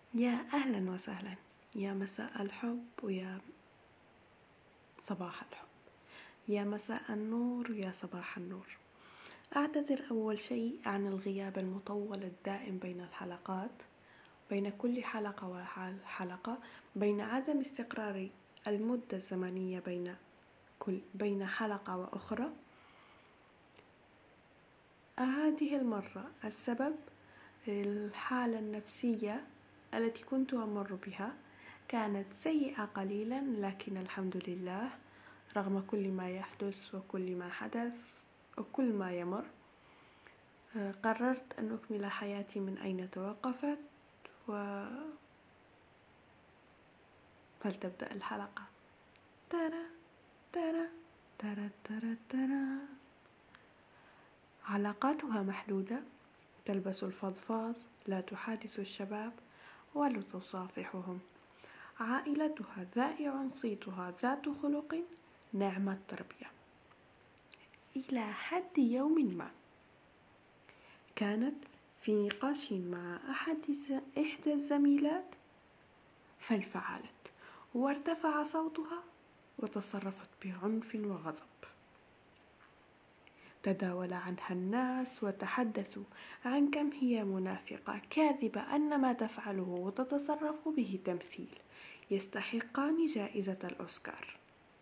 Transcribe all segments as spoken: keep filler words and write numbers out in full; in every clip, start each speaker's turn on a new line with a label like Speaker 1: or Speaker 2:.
Speaker 1: يا أهلا وسهلا، يا مساء الحب ويا صباح الحب، يا مساء النور ويا صباح النور. أعتذر أول شيء عن الغياب المطول الدائم بين الحلقات، بين كل حلقة وحلقة، بين عدم استقرار المدة الزمنية بين كل بين حلقة وأخرى. هذه المرة السبب الحالة النفسية التي كنت أمر بها كانت سيئة قليلا، لكن الحمد لله رغم كل ما يحدث وكل ما حدث وكل ما يمر قررت أن أكمل حياتي من أين توقفت و... فلتبدأ الحلقة. ترى ترى ترى ترى ترى علاقاتها محدودة، تلبس الفضفاض، لا تحادث الشباب ولا تصافحهم. عائلتها ذائع صيتها، ذات خلق، نعمة تربية. إلى حد يوم ما كانت في نقاش مع أحد إحدى الزميلات فانفعلت وارتفع صوتها وتصرفت بعنف وغضب. تداول عنها الناس وتحدثوا عن كم هي منافقة كاذبة، أن ما تفعله وتتصرف به تمثيل، يستحقان جائزة الأوسكار.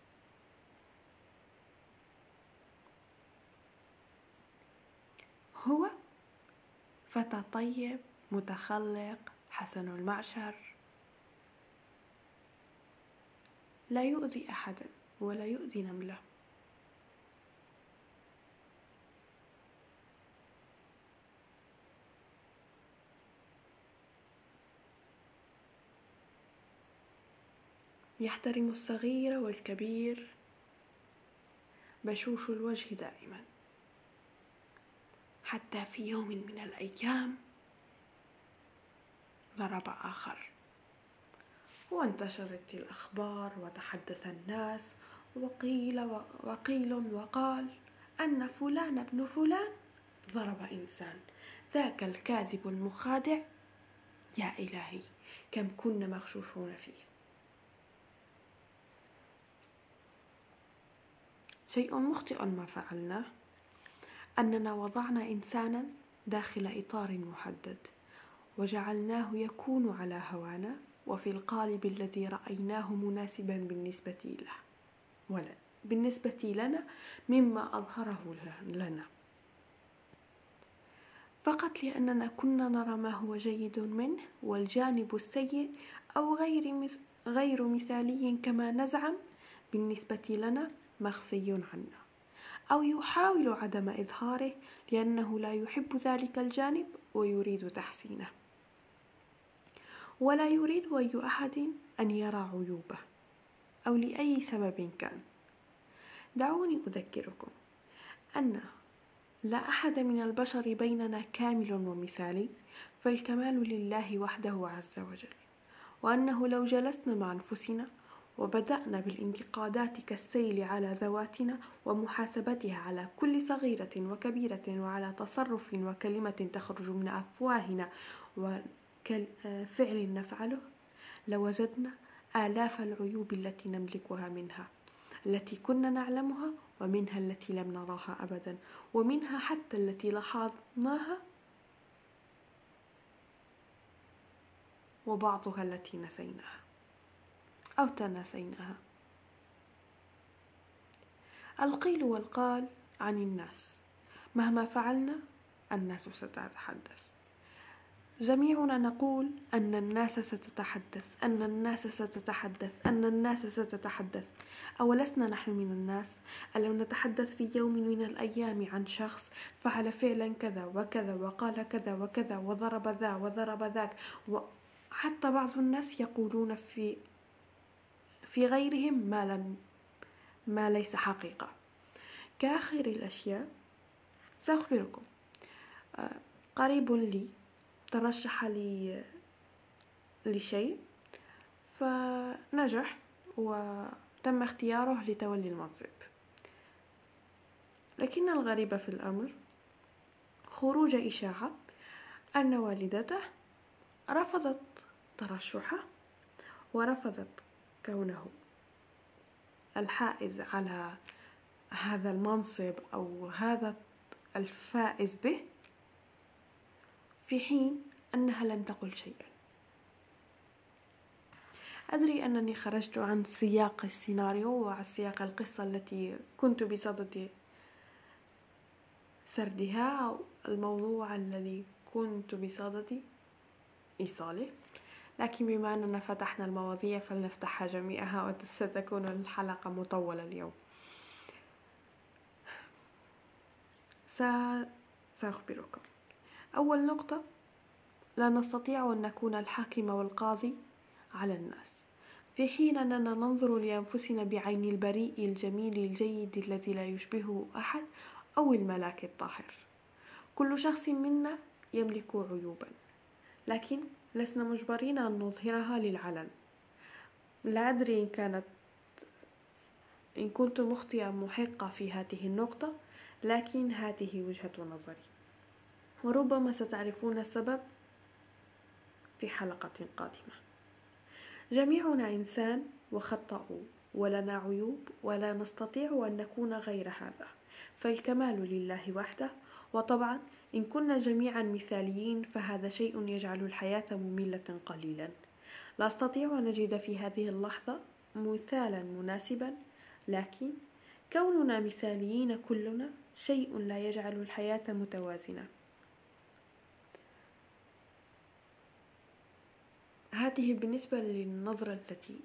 Speaker 1: هو فتى طيب متخلق حسن المعشر، لا يؤذي أحدا ولا يؤذي نملة. يحترم الصغير والكبير، بشوش الوجه دائما. حتى في يوم من الأيام ضرب آخر، وانتشرت الأخبار وتحدث الناس، وقيل وقيل وقال أن فلان ابن فلان ضرب إنسان، ذاك الكاذب المخادع. يا إلهي كم كنا مغشوشون فيه. شيء مخطئ ما فعلناه أننا وضعنا إنسانا داخل إطار محدد وجعلناه يكون على هوانا وفي القالب الذي رأيناه مناسبا بالنسبة له ولا بالنسبة لنا مما أظهره لنا، فقط لأننا كنا نرى ما هو جيد منه والجانب السيء أو غير غير مثالي كما نزعم بالنسبة لنا مخفي عنا، أو يحاول عدم إظهاره لأنه لا يحب ذلك الجانب ويريد تحسينه، ولا يريد أي أحد أن يرى عيوبه أو لأي سبب كان. دعوني أذكركم أن لا أحد من البشر بيننا كامل ومثالي، فالكمال لله وحده عز وجل، وأنه لو جلسنا مع أنفسنا وبدأنا بالانتقادات كالسيل على ذواتنا ومحاسبتها على كل صغيرة وكبيرة وعلى تصرف وكلمة تخرج من أفواهنا وفعل نفعله، لوجدنا آلاف العيوب التي نملكها منها، التي كنا نعلمها ومنها التي لم نراها أبدا، ومنها حتى التي لاحظناها وبعضها التي نسيناها أو تناسيناها. القيل والقال عن الناس، مهما فعلنا الناس ستتحدث. جميعنا نقول أن الناس ستتحدث أن الناس ستتحدث أن الناس ستتحدث أولسنا نحن من الناس؟ ألم نتحدث في يوم من الأيام عن شخص فعل فعلا كذا وكذا وقال كذا وكذا وضرب ذا وضرب ذاك؟ وحتى بعض الناس يقولون في في غيرهم ما لم ما ليس حقيقة. كآخر الأشياء سأخبركم، قريب لي ترشح لي لشيء فنجح وتم اختياره لتولي المنصب، لكن الغريب في الأمر خروج إشاعة أن والدته رفضت ترشحه ورفضت كونه الحائز على هذا المنصب أو هذا الفائز به، في حين أنها لم تقل شيئا. أدري أنني خرجت عن سياق السيناريو وعن سياق القصة التي كنت بصدد سردها، أو الموضوع الذي كنت بصدد إيصاله، لكن بما أننا فتحنا المواضيع فلنفتحها جميعها وستكون الحلقة مطولة اليوم. سأخبركم. أول نقطة: لا نستطيع أن نكون الحاكم والقاضي على الناس، في حين أننا ننظر لأنفسنا بعين البريء الجميل الجيد الذي لا يشبهه أحد، أو الملاك الطاهر. كل شخص منا يملك عيوبا، لكن لسنا مجبرين أن نظهرها للعلن. لا أدري إن كانت إن كنت مخطئة محقة في هذه النقطة، لكن هذه وجهة نظري، وربما ستعرفون السبب في حلقة قادمة. جميعنا إنسان وخطأ، ولنا عيوب، ولا نستطيع أن نكون غير هذا، فالكمال لله وحده. وطبعا إن كنا جميعا مثاليين فهذا شيء يجعل الحياة مملة قليلا. لا أستطيع أن أجد في هذه اللحظة مثالا مناسبا، لكن كوننا مثاليين كلنا شيء لا يجعل الحياة متوازنة. هذه بالنسبة للنظرة التي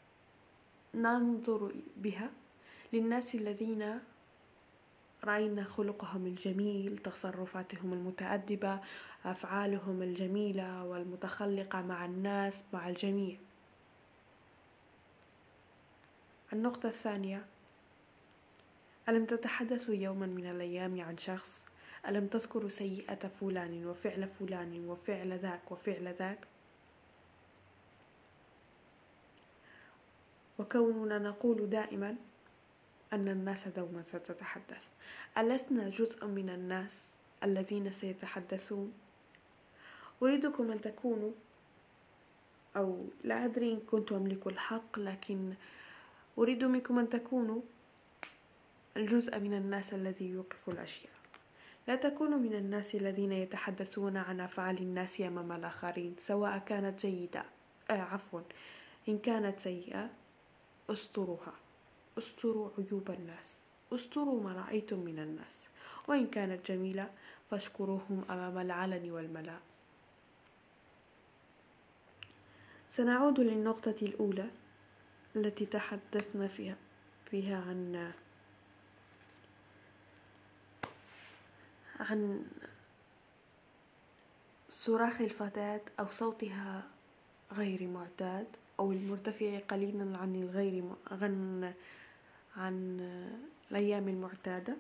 Speaker 1: ننظر بها للناس الذين رأينا خلقهم الجميل، تصرفاتهم المتأدبة، أفعالهم الجميلة والمتخلقة مع الناس، مع الجميع. النقطة الثانية: ألم تتحدثوا يوما من الأيام عن شخص؟ ألم تذكروا سيئة فلان وفعل فلان وفعل ذاك وفعل ذاك؟ وكوننا نقول دائما أن الناس دوما ستتحدث، ألسنا جزء من الناس الذين سيتحدثون؟ أريدكم أن تكونوا، أو لا أدري إن كنت أملك الحق، لكن أريد منكم أن تكونوا الجزء من الناس الذي يوقف الأشياء. لا تكونوا من الناس الذين يتحدثون عن أفعال الناس أمام الآخرين، سواء كانت جيدة آه عفوا إن كانت سيئة استروها، استروا عيوب الناس، استروا ما رأيتم من الناس، وإن كانت جميلة فاشكروهم أمام العلن والملاء. سنعود للنقطة الأولى التي تحدثنا فيها فيها عن عن صراخ الفتاة أو صوتها غير معتاد، أو المرتفع قليلا عن الغير عن عن الأيام المعتادة.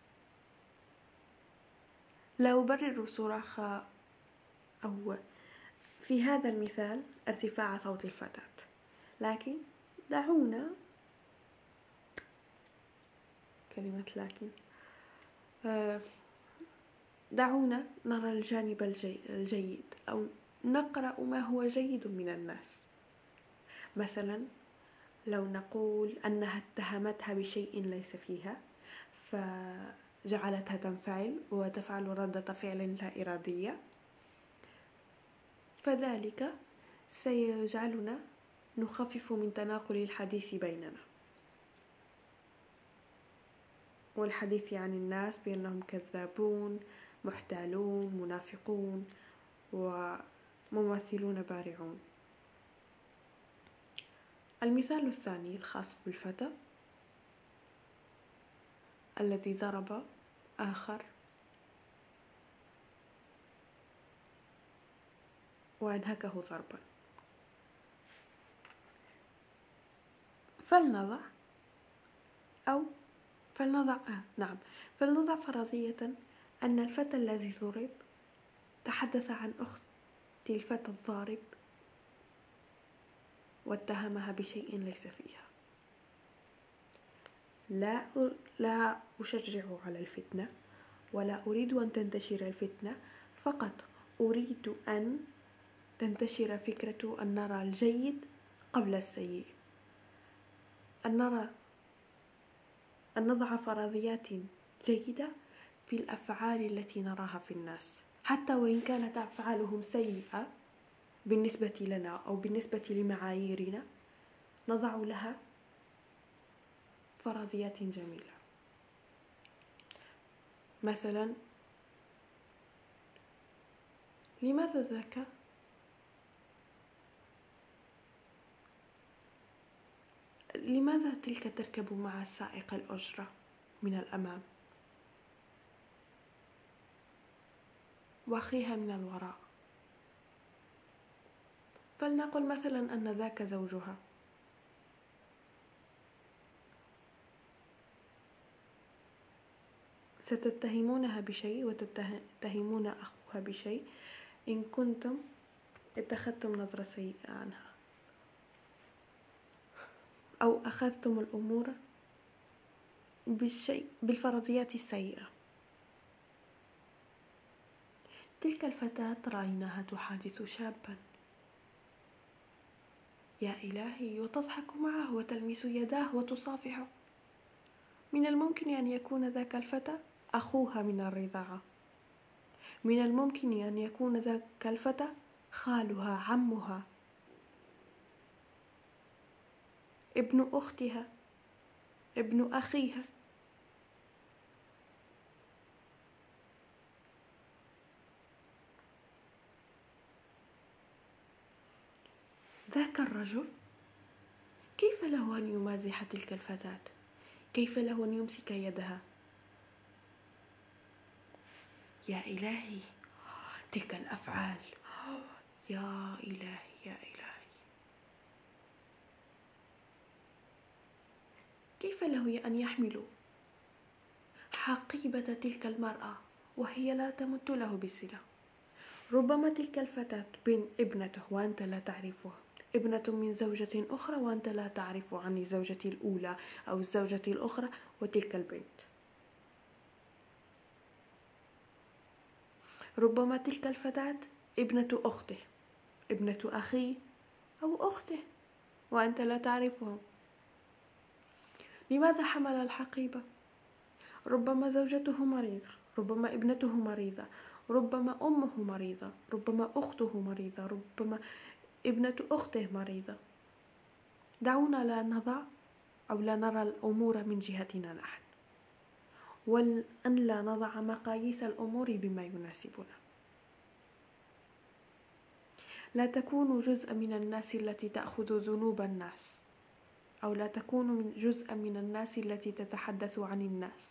Speaker 1: لا أبرر صراخ أو في هذا المثال ارتفاع صوت الفتاة، لكن دعونا كلمة لكن دعونا نرى الجانب الجي الجيد أو نقرأ ما هو جيد من الناس. مثلا لو نقول أنها اتهمتها بشيء ليس فيها فجعلتها تنفعل وتفعل ردة فعل لا إرادية، فذلك سيجعلنا نخفف من تناقل الحديث بيننا والحديث عن الناس بأنهم كذابون، محتالون، منافقون، وممثلون بارعون. المثال الثاني الخاص بالفتى الذي ضرب آخر وأنهكه ضربا. فلنضع أو فلنضع آه نعم فلنضع فرضية أن الفتى الذي ضرب تحدث عن أخت الفتى الضارب واتهمها بشيء ليس فيها. لا لا أشجع على الفتنة، ولا أريد أن تنتشر الفتنة، فقط أريد أن تنتشر فكرة أن نرى الجيد قبل السيء، أن نرى أن نضع فرضيات جيدة في الأفعال التي نراها في الناس، حتى وإن كانت أفعالهم سيئة بالنسبة لنا أو بالنسبة لمعاييرنا، نضع لها فرضيات جميلة. مثلا، لماذا ذاك لماذا تلك تركب مع سائق الأجرة من الأمام وأخيها من الوراء؟ فلنقل مثلا أن ذاك زوجها، ستتهمونها بشيء وتتهمون أخوها بشيء إن كنتم اتخذتم نظرة سيئة عنها أو أخذتم الأمور بالشيء بالفرضيات السيئة. تلك الفتاة رأيناها تحادث شابا، يا إلهي، وتضحك معه وتلمس يداه وتصافحه. من الممكن أن يكون ذاك الفتى أخوها من الرضاعة، من الممكن أن يكون ذاك الفتى خالها، عمها، ابن أختها، ابن أخيها. ذاك الرجل كيف له أن يمازح تلك الفتاة؟ كيف له أن يمسك يدها؟ يا إلهي، تلك الأفعال، يا إلهي يا إلهي، كيف له أن يحمل حقيبة تلك المرأة وهي لا تمت له بصلة؟ ربما تلك الفتاة بين ابنته وأنت لا تعرفها، ابنة من زوجة أخرى وأنت لا تعرف عن الزوجة الأولى أو الزوجة الأخرى وتلك البنت. ربما تلك الفتاة ابنة أخته، ابنة أخيه أو أخته وأنت لا تعرفهم. لماذا حمل الحقيبة؟ ربما زوجته مريضة، ربما ابنته مريضة، ربما أمه مريضة، ربما أخته مريضة، ربما ابنة أخته مريضة. دعونا لا نضع أو لا نرى الأمور من جهتنا نحن، وأن لا نضع مقاييس الأمور بما يناسبنا. لا تكونوا جزء من الناس التي تأخذ ذنوب الناس، أو لا تكونوا جزء من الناس التي تتحدث عن الناس.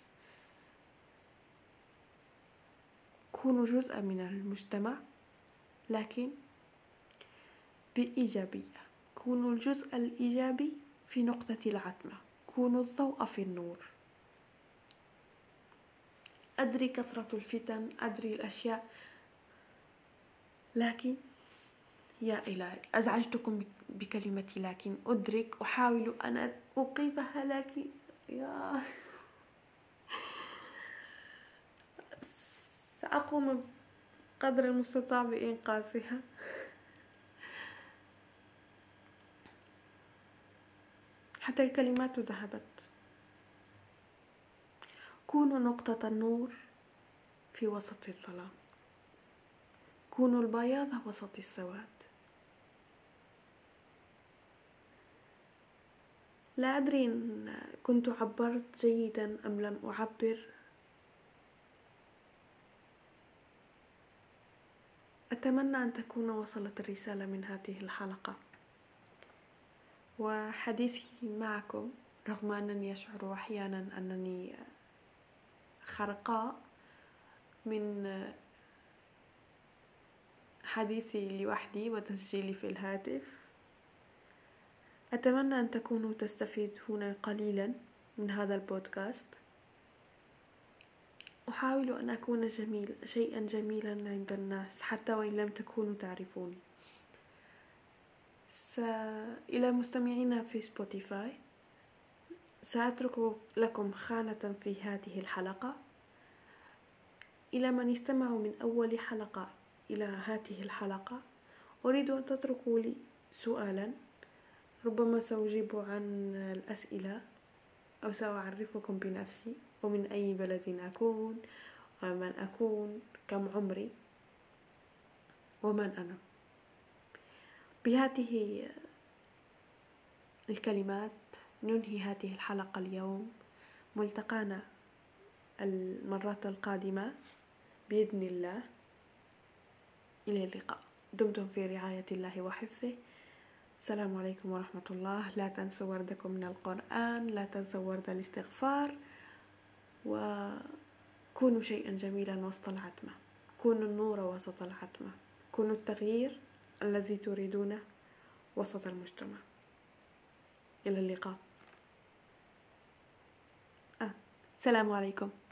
Speaker 1: كونوا جزء من المجتمع لكن بإيجابية. كونوا الجزء الإيجابي في نقطة العتمة، كونوا الضوء في النور. أدري كثرة الفتن، أدري الأشياء، لكن يا إلهي، أزعجتكم بكلمتي، لكن أدرك، أحاول أن أوقفها، لكن يا سأقوم قدر المستطاع بإنقاذها. حتى الكلمات ذهبت. كونوا نقطة النور في وسط الظلام، كونوا البياض وسط السواد. لا أدري إن كنت عبرت جيدا أم لم أعبر. أتمنى أن تكون وصلت الرسالة من هذه الحلقة. وحديثي معكم، رغم أنني أشعر أحيانا أنني خرقاء من حديثي لوحدي وتسجيلي في الهاتف، أتمنى أن تكونوا تستفيدون قليلا من هذا البودكاست. أحاول أن أكون جميل شيئا جميلا عند الناس حتى وإن لم تكونوا تعرفوني. س... إلى مستمعينا في سبوتيفاي، سأترك لكم خانة في هذه الحلقة. إلى من استمعوا من أول حلقة إلى هذه الحلقة، أريد أن تتركوا لي سؤالا، ربما سأجيب عن الأسئلة أو سأعرفكم بنفسي ومن أي بلد أكون ومن أكون، كم عمري، ومن أنا. بهذه الكلمات ننهي هذه الحلقة اليوم. ملتقانا المرات القادمة بإذن الله. إلى اللقاء. دمتم في رعاية الله وحفظه. السلام عليكم ورحمة الله. لا تنسوا وردكم من القرآن، لا تنسوا ورد الاستغفار، وكونوا شيئا جميلا وسط العتمة، كونوا النور وسط العتمة، كونوا التغيير الذي تريدونه وسط المجتمع. إلى اللقاء. آه. السلام عليكم.